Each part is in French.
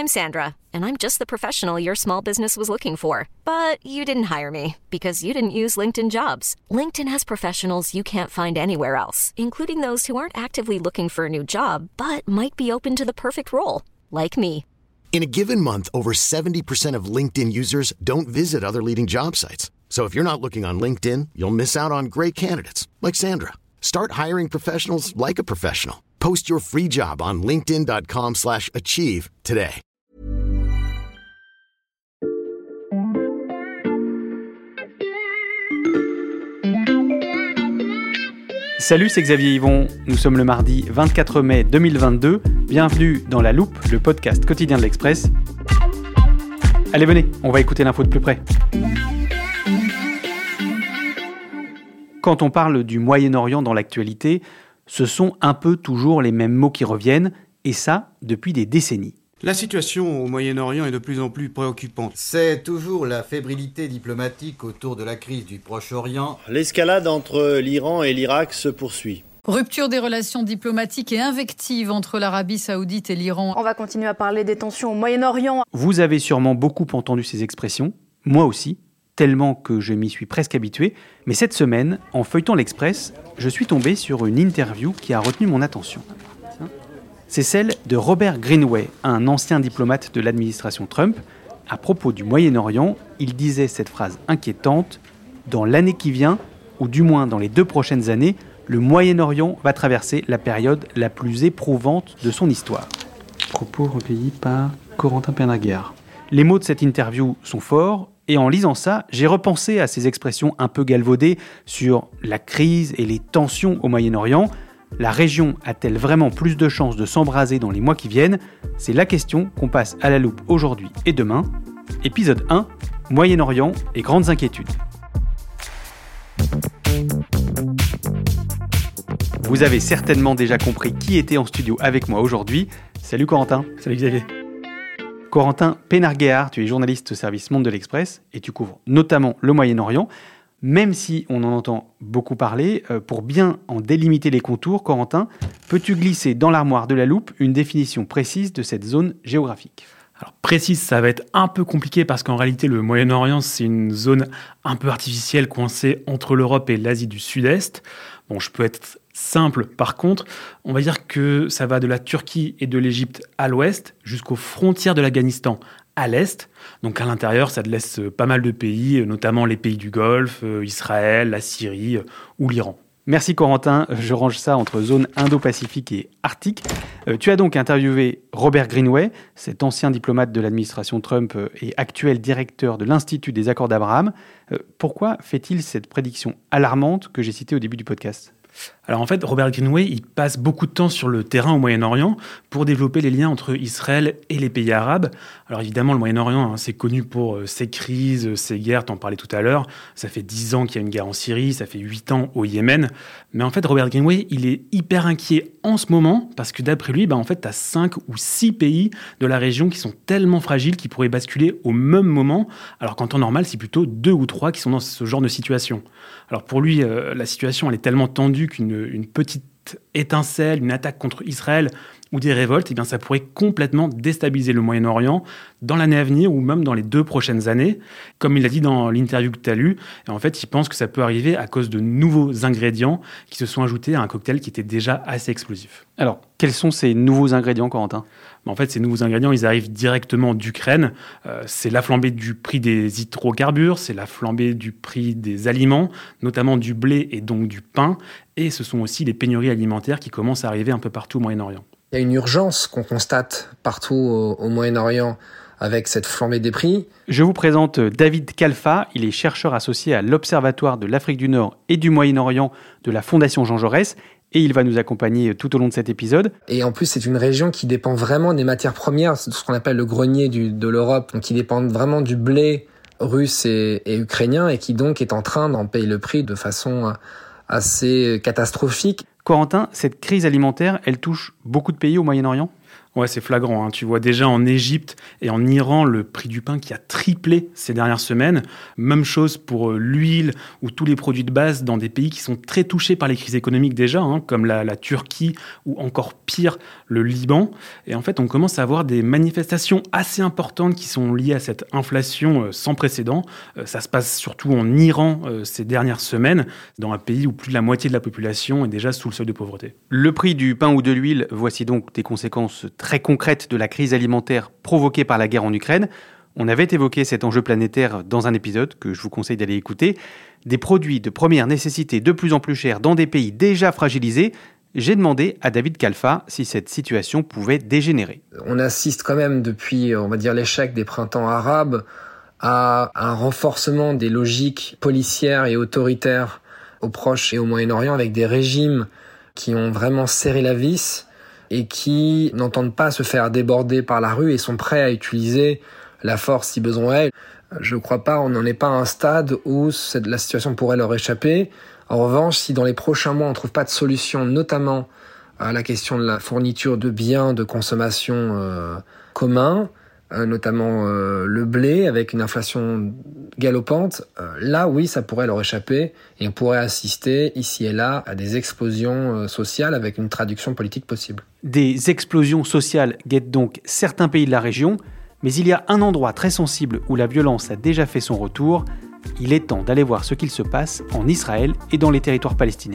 I'm Sandra, and I'm just the professional your small business was looking for. But you didn't hire me because you didn't use LinkedIn Jobs. LinkedIn has professionals you can't find anywhere else, including those who aren't actively looking for a new job, but might be open to the perfect role, like me. In a given month, over 70% of LinkedIn users don't visit other leading job sites. So if you're not looking on LinkedIn, you'll miss out on great candidates like Sandra. Start hiring professionals like a professional. Post your free job on linkedin.com/achieve today. Salut, c'est Xavier Yvon. Nous sommes le mardi 24 mai 2022. Bienvenue dans La Loupe, le podcast quotidien de l'Express. Allez, venez, on va écouter l'info de plus près. Quand on parle du Moyen-Orient dans l'actualité, ce sont un peu toujours les mêmes mots qui reviennent, et ça, depuis des décennies. La situation au Moyen-Orient est de plus en plus préoccupante. C'est toujours la fébrilité diplomatique autour de la crise du Proche-Orient. L'escalade entre l'Iran et l'Irak se poursuit. Rupture des relations diplomatiques et invectives entre l'Arabie Saoudite et l'Iran. On va continuer à parler des tensions au Moyen-Orient. Vous avez sûrement beaucoup entendu ces expressions, moi aussi, tellement que je m'y suis presque habitué. Mais cette semaine, en feuilletant l'Express, je suis tombé sur une interview qui a retenu mon attention. C'est celle de Robert Greenway, un ancien diplomate de l'administration Trump. À propos du Moyen-Orient, il disait cette phrase inquiétante « Dans l'année qui vient, ou du moins dans les 2 prochaines années, le Moyen-Orient va traverser la période la plus éprouvante de son histoire. » Propos recueillis par Corentin Penarguiar. Les mots de cette interview sont forts, et en lisant ça, j'ai repensé à ces expressions un peu galvaudées sur la crise et les tensions au Moyen-Orient. La région a-t-elle vraiment plus de chances de s'embraser dans les mois qui viennent ? C'est la question qu'on passe à la loupe aujourd'hui et demain. Épisode 1, Moyen-Orient et grandes inquiétudes. Vous avez certainement déjà compris qui était en studio avec moi aujourd'hui. Salut Corentin. Salut Xavier. Corentin Penarguiar, tu es journaliste au service Monde de l'Express et tu couvres notamment le Moyen-Orient. Même si on en entend beaucoup parler, pour bien en délimiter les contours, Corentin, peux-tu glisser dans l'armoire de la loupe une définition précise de cette zone géographique ? Alors précise, ça va être un peu compliqué parce qu'en réalité, le Moyen-Orient, c'est une zone un peu artificielle coincée entre l'Europe et l'Asie du Sud-Est. Bon, je peux être simple. Par contre, on va dire que ça va de la Turquie et de l'Égypte à l'ouest jusqu'aux frontières de l'Afghanistan à l'est. Donc à l'intérieur, ça te laisse pas mal de pays, notamment les pays du Golfe, Israël, la Syrie ou l'Iran. Merci Corentin, je range ça entre zone Indo-Pacifique et Arctique. Tu as donc interviewé Robert Greenway, cet ancien diplomate de l'administration Trump et actuel directeur de l'Institut des accords d'Abraham. Pourquoi fait-il cette prédiction alarmante que j'ai citée au début du podcast ? Alors en fait, Robert Greenway, il passe beaucoup de temps sur le terrain au Moyen-Orient pour développer les liens entre Israël et les pays arabes. Alors évidemment, le Moyen-Orient, c'est connu pour ses crises, ses guerres, t'en parlais tout à l'heure. Ça fait 10 ans qu'il y a une guerre en Syrie, ça fait 8 ans au Yémen. Mais en fait, Robert Greenway, il est hyper inquiet en ce moment parce que d'après lui, en fait, t'as 5 ou 6 pays de la région qui sont tellement fragiles qu'ils pourraient basculer au même moment, alors qu'en temps normal, c'est plutôt 2 ou 3 qui sont dans ce genre de situation. Alors pour lui, la situation, elle est tellement tendue qu'une petite étincelle, une attaque contre Israël ou des révoltes, ça pourrait complètement déstabiliser le Moyen-Orient dans l'année à venir ou même dans les 2 prochaines années. Comme il l'a dit dans l'interview que tu as lue, en fait, il pense que ça peut arriver à cause de nouveaux ingrédients qui se sont ajoutés à un cocktail qui était déjà assez explosif. Alors, quels sont ces nouveaux ingrédients, Corentin ? En fait, ces nouveaux ingrédients, ils arrivent directement d'Ukraine. C'est la flambée du prix des hydrocarbures, c'est la flambée du prix des aliments, notamment du blé et donc du pain. Et ce sont aussi les pénuries alimentaires qui commencent à arriver un peu partout au Moyen-Orient. Il y a une urgence qu'on constate partout au Moyen-Orient avec cette flambée des prix. Je vous présente David Khalfa. Il est chercheur associé à l'Observatoire de l'Afrique du Nord et du Moyen-Orient de la Fondation Jean Jaurès. Et il va nous accompagner tout au long de cet épisode. Et en plus, c'est une région qui dépend vraiment des matières premières, ce qu'on appelle le grenier de l'Europe, donc qui dépend vraiment du blé russe et ukrainien, et qui donc est en train d'en payer le prix de façon assez catastrophique. Corentin, cette crise alimentaire, elle touche beaucoup de pays au Moyen-Orient ? Ouais, c'est flagrant. Tu vois déjà en Égypte et en Iran le prix du pain qui a triplé ces dernières semaines. Même chose pour l'huile ou tous les produits de base dans des pays qui sont très touchés par les crises économiques déjà, comme la Turquie ou encore pire, le Liban. Et en fait, on commence à avoir des manifestations assez importantes qui sont liées à cette inflation sans précédent. Ça se passe surtout en Iran ces dernières semaines, dans un pays où plus de la moitié de la population est déjà sous le seuil de pauvreté. Le prix du pain ou de l'huile, voici donc des conséquences très concrètes de la crise alimentaire provoquée par la guerre en Ukraine. On avait évoqué cet enjeu planétaire dans un épisode que je vous conseille d'aller écouter. Des produits de première nécessité de plus en plus chers dans des pays déjà fragilisés. J'ai demandé à David Khalfa si cette situation pouvait dégénérer. On assiste quand même depuis, on va dire, l'échec des printemps arabes à un renforcement des logiques policières et autoritaires au Proche et au Moyen-Orient avec des régimes qui ont vraiment serré la vis et qui n'entendent pas se faire déborder par la rue et sont prêts à utiliser la force si besoin est. Je ne crois pas, on n'en est pas à un stade où la situation pourrait leur échapper. En revanche, si dans les prochains mois on ne trouve pas de solution, notamment à la question de la fourniture de biens de consommation communs, notamment le blé avec une inflation galopante, là oui ça pourrait leur échapper et on pourrait assister ici et là à des explosions sociales avec une traduction politique possible. Des explosions sociales guettent donc certains pays de la région, mais il y a un endroit très sensible où la violence a déjà fait son retour. Il est temps d'aller voir ce qu'il se passe en Israël et dans les territoires palestiniens.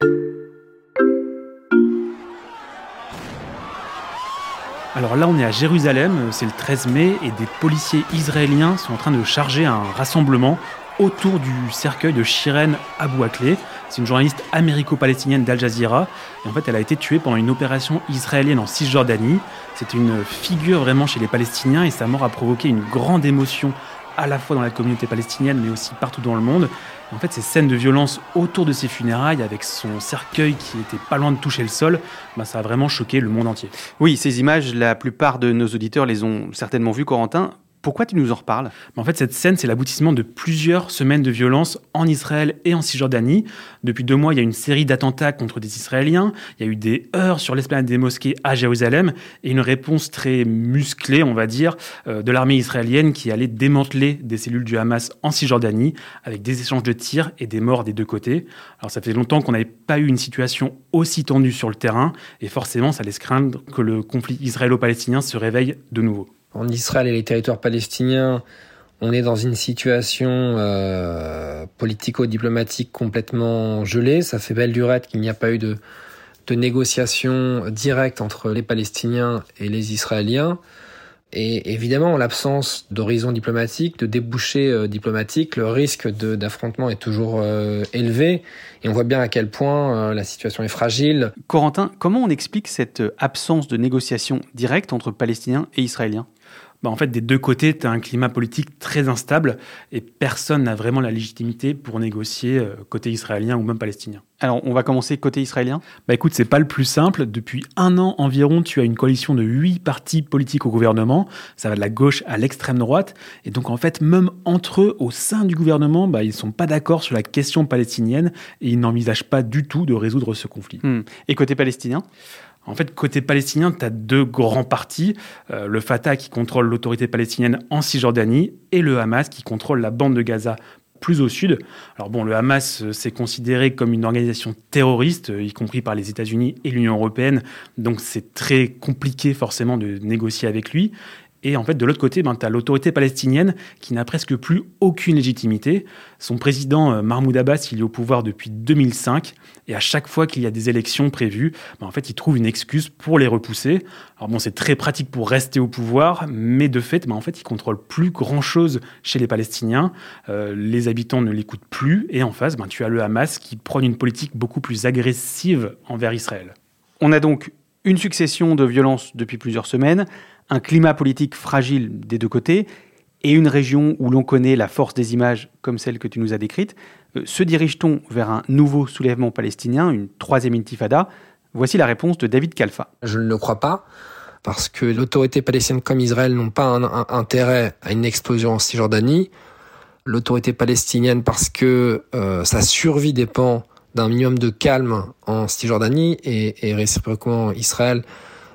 Alors là, on est à Jérusalem, c'est le 13 mai, et des policiers israéliens sont en train de charger un rassemblement autour du cercueil de Shiren Abu Akleh. C'est une journaliste américo-palestinienne d'Al Jazeera. Et en fait, elle a été tuée pendant une opération israélienne en Cisjordanie. C'est une figure vraiment chez les Palestiniens et sa mort a provoqué une grande émotion à la fois dans la communauté palestinienne, mais aussi partout dans le monde. Et en fait, ces scènes de violence autour de ses funérailles, avec son cercueil qui était pas loin de toucher le sol, ça a vraiment choqué le monde entier. Oui, ces images, la plupart de nos auditeurs les ont certainement vues, Corentin. Pourquoi tu nous en reparles ? En fait, cette scène, c'est l'aboutissement de plusieurs semaines de violence en Israël et en Cisjordanie. Depuis 2 mois, il y a une série d'attentats contre des Israéliens. Il y a eu des heurts sur l'esplanade des mosquées à Jérusalem et une réponse très musclée, on va dire, de l'armée israélienne qui allait démanteler des cellules du Hamas en Cisjordanie avec des échanges de tirs et des morts des deux côtés. Alors, ça fait longtemps qu'on n'avait pas eu une situation aussi tendue sur le terrain et forcément, ça laisse craindre que le conflit israélo-palestinien se réveille de nouveau. En Israël et les territoires palestiniens, on est dans une situation politico-diplomatique complètement gelée. Ça fait belle lurette qu'il n'y a pas eu de négociation directe entre les Palestiniens et les Israéliens. Et évidemment, en l'absence d'horizon diplomatique, de débouchés diplomatiques, le risque d'affrontement est toujours élevé. Et on voit bien à quel point la situation est fragile. Corentin, comment on explique cette absence de négociation directe entre Palestiniens et Israéliens ? En fait, des deux côtés, tu as un climat politique très instable et personne n'a vraiment la légitimité pour négocier côté israélien ou même palestinien. Alors, on va commencer côté israélien ? Écoute, c'est pas le plus simple. Depuis 1 an environ, tu as une coalition de 8 partis politiques au gouvernement. Ça va de la gauche à l'extrême droite. Et donc, en fait, même entre eux, au sein du gouvernement, ils sont pas d'accord sur la question palestinienne et ils n'envisagent pas du tout de résoudre ce conflit. Et côté palestinien ? En fait, côté palestinien, tu as 2 grands partis, le Fatah qui contrôle l'autorité palestinienne en Cisjordanie et le Hamas qui contrôle la bande de Gaza plus au sud. Alors le Hamas, c'est considéré comme une organisation terroriste, y compris par les États-Unis et l'Union européenne, donc c'est très compliqué forcément de négocier avec lui. Et en fait, de l'autre côté, tu as l'autorité palestinienne qui n'a presque plus aucune légitimité. Son président, Mahmoud Abbas, il est au pouvoir depuis 2005. Et à chaque fois qu'il y a des élections prévues, en fait, il trouve une excuse pour les repousser. Alors c'est très pratique pour rester au pouvoir, mais de fait, en fait, il contrôle plus grand-chose chez les Palestiniens. Les habitants ne l'écoutent plus. Et en face, tu as le Hamas qui prône une politique beaucoup plus agressive envers Israël. On a donc une succession de violences depuis plusieurs semaines, un climat politique fragile des deux côtés et une région où l'on connaît la force des images comme celle que tu nous as décrite. Se dirige-t-on vers un nouveau soulèvement palestinien, une 3e intifada ? Voici la réponse de David Khalfa. Je ne le crois pas, parce que l'autorité palestinienne comme Israël n'ont pas un intérêt à une explosion en Cisjordanie. L'autorité palestinienne parce que sa survie dépend d'un minimum de calme en Cisjordanie et réciproquement Israël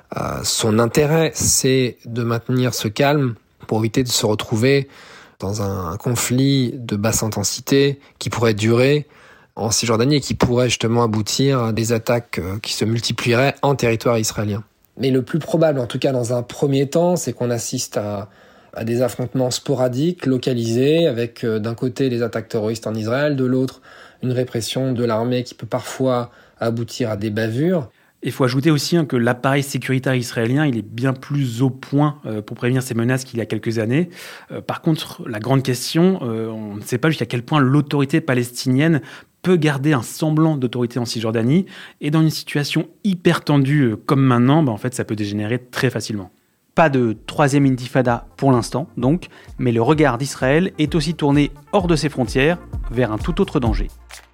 Son intérêt, c'est de maintenir ce calme pour éviter de se retrouver dans un conflit de basse intensité qui pourrait durer en Cisjordanie et qui pourrait justement aboutir à des attaques qui se multiplieraient en territoire israélien. Mais le plus probable, en tout cas dans un premier temps, c'est qu'on assiste à des affrontements sporadiques, localisés, avec d'un côté les attaques terroristes en Israël, de l'autre une répression de l'armée qui peut parfois aboutir à des bavures. Il faut ajouter aussi que l'appareil sécuritaire israélien, il est bien plus au point pour prévenir ces menaces qu'il y a quelques années. Par contre, la grande question, on ne sait pas jusqu'à quel point l'autorité palestinienne peut garder un semblant d'autorité en Cisjordanie. Et dans une situation hyper tendue comme maintenant, en fait, ça peut dégénérer très facilement. Pas de troisième intifada pour l'instant, donc, mais le regard d'Israël est aussi tourné hors de ses frontières, vers un tout autre danger.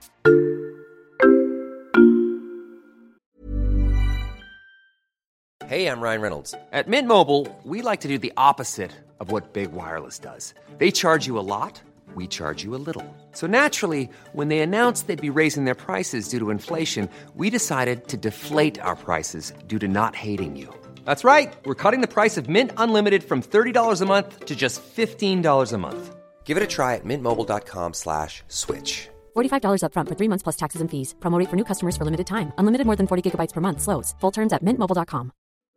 Hey, I'm Ryan Reynolds. At Mint Mobile, we like to do the opposite of what Big Wireless does. They charge you a lot, we charge you a little. So naturally, when they announced they'd be raising their prices due to inflation, we decided to deflate our prices due to not hating you. That's right. We're cutting the price of Mint Unlimited from $30 a month to just $15 a month. Give it a try at mintmobile.com/switch. $45 up front for 3 months plus taxes and fees. Promo rate for new customers for limited time. Unlimited more than 40 gigabytes per month. Slows full terms at mintmobile.com.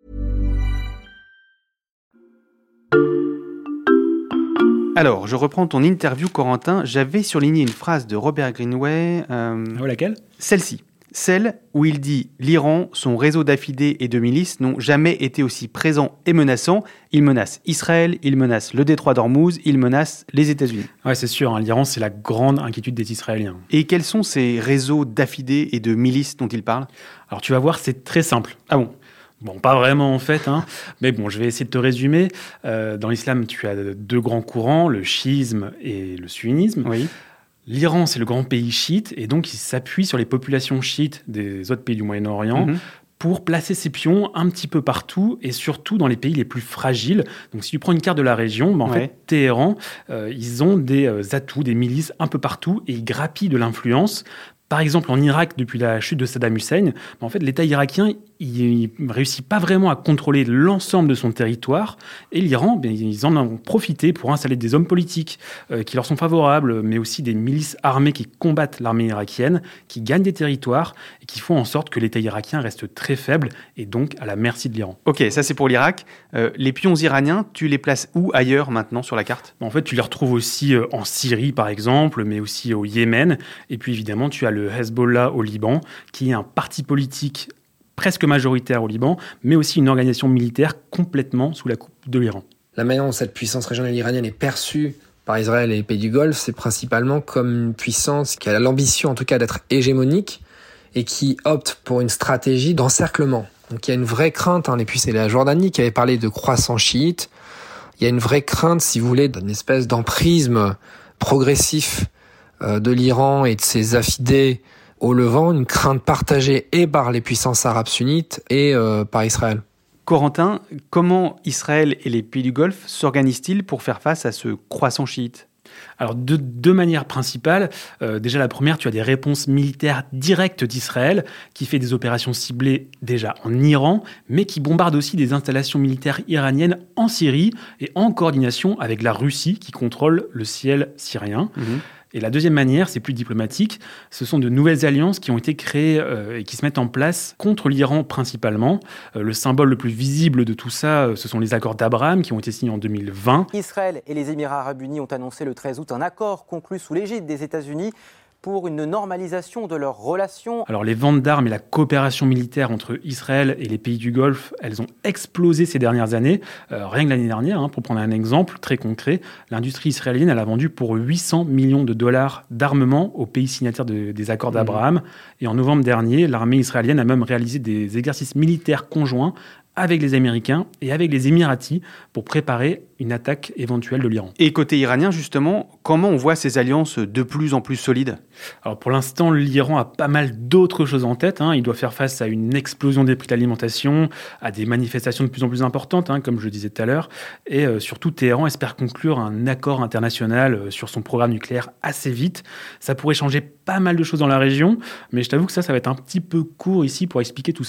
Alors, je reprends ton interview, Corentin. J'avais surligné une phrase de Robert Greenway. Laquelle ? Celle-ci. Celle où il dit « L'Iran, son réseau d'affidés et de milices n'ont jamais été aussi présents et menaçants. Il menace Israël, il menace le détroit d'Ormuz, il menace les États-Unis. » Ouais, c'est sûr, l'Iran, c'est la grande inquiétude des Israéliens. Et quels sont ces réseaux d'affidés et de milices dont il parle ? Alors, tu vas voir, c'est très simple. Ah bon ? Bon, pas vraiment en fait, mais bon, je vais essayer de te résumer. Dans l'islam, tu as 2 grands courants, le chiisme et le sunnisme. Oui. L'Iran, c'est le grand pays chiite, et donc il s'appuie sur les populations chiites des autres pays du Moyen-Orient pour placer ses pions un petit peu partout, et surtout dans les pays les plus fragiles. Donc si tu prends une carte de la région, en fait, Téhéran, ils ont des atouts, des milices un peu partout, et ils grappillent de l'influence. Par exemple, en Irak, depuis la chute de Saddam Hussein, en fait, l'État irakien, il ne réussit pas vraiment à contrôler l'ensemble de son territoire. Et l'Iran, ils en ont profité pour installer des hommes politiques qui leur sont favorables, mais aussi des milices armées qui combattent l'armée irakienne, qui gagnent des territoires et qui font en sorte que l'État irakien reste très faible et donc à la merci de l'Iran. Ok, ça c'est pour l'Irak. Les pions iraniens, tu les places où ailleurs maintenant sur la carte ? En fait, tu les retrouves aussi en Syrie, par exemple, mais aussi au Yémen. Et puis évidemment, tu as le Hezbollah au Liban, qui est un parti politique presque majoritaire au Liban, mais aussi une organisation militaire complètement sous la coupe de l'Iran. La manière dont cette puissance régionale iranienne est perçue par Israël et les pays du Golfe, c'est principalement comme une puissance qui a l'ambition en tout cas d'être hégémonique et qui opte pour une stratégie d'encerclement. Donc il y a une vraie crainte, et puis c'est la Jordanie qui avait parlé de croissants chiites, il y a une vraie crainte, si vous voulez, d'une espèce d'emprisme progressif de l'Iran et de ses affidés au Levant, une crainte partagée et par les puissances arabes sunnites et par Israël. Corentin, comment Israël et les pays du Golfe s'organisent-ils pour faire face à ce croissant chiite ? Alors, de 2 manières principales. Déjà, la première, tu as des réponses militaires directes d'Israël, qui fait des opérations ciblées déjà en Iran, mais qui bombarde aussi des installations militaires iraniennes en Syrie et en coordination avec la Russie, qui contrôle le ciel syrien. Et la deuxième manière, c'est plus diplomatique, ce sont de nouvelles alliances qui ont été créées et qui se mettent en place contre l'Iran principalement. Le symbole le plus visible de tout ça, ce sont les accords d'Abraham qui ont été signés en 2020. Israël et les Émirats arabes unis ont annoncé le 13 août un accord conclu sous l'égide des États-Unis pour une normalisation de leurs relations. Alors les ventes d'armes et la coopération militaire entre Israël et les pays du Golfe, elles ont explosé ces dernières années. Rien que l'année dernière, pour prendre un exemple très concret, l'industrie israélienne elle a vendu pour 800 millions de dollars d'armement aux pays signataires des accords d'Abraham. Et en novembre dernier, l'armée israélienne a même réalisé des exercices militaires conjoints avec les Américains et avec les Émiratis pour préparer une attaque éventuelle de l'Iran. Et côté iranien, justement, comment on voit ces alliances de plus en plus solides ? Alors pour l'instant, l'Iran a pas mal d'autres choses en tête. Il doit faire face à une explosion des prix de l'alimentation, à des manifestations de plus en plus importantes, comme je le disais tout à l'heure. Et surtout, Téhéran espère conclure un accord international sur son programme nucléaire assez vite. Ça pourrait changer pas mal de choses dans la région, mais je t'avoue que ça va être un petit peu court ici pour expliquer tout ça.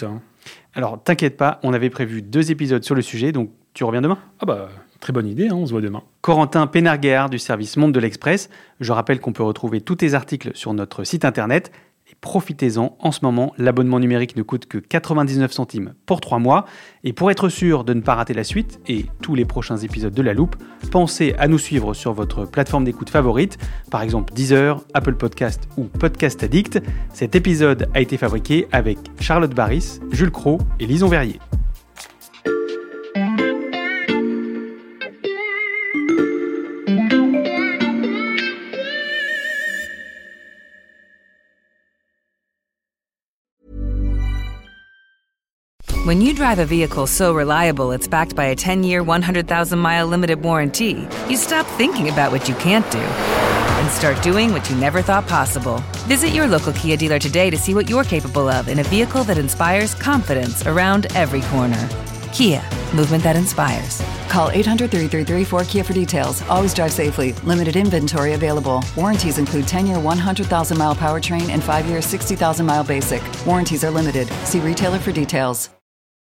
Alors, t'inquiète pas, on avait prévu 2 épisodes sur le sujet, donc tu reviens demain ? Ah bah, très bonne idée, on se voit demain. Corentin Pénarguéard du service Monde de l'Express. Je rappelle qu'on peut retrouver tous tes articles sur notre site internet. Et profitez-en, en ce moment, l'abonnement numérique ne coûte que 99 centimes pour 3 mois. Et pour être sûr de ne pas rater la suite et tous les prochains épisodes de La Loupe, pensez à nous suivre sur votre plateforme d'écoute favorite, par exemple Deezer, Apple Podcast ou Podcast Addict. Cet épisode a été fabriqué avec Charlotte Baris, Jules Cros et Lison Verrier. When you drive a vehicle so reliable it's backed by a 10-year, 100,000-mile limited warranty, you stop thinking about what you can't do and start doing what you never thought possible. Visit your local Kia dealer today to see what you're capable of in a vehicle that inspires confidence around every corner. Kia, movement that inspires. Call 800-333-4KIA for details. Always drive safely. Limited inventory available. Warranties include 10-year, 100,000-mile powertrain and 5-year, 60,000-mile basic. Warranties are limited. See retailer for details.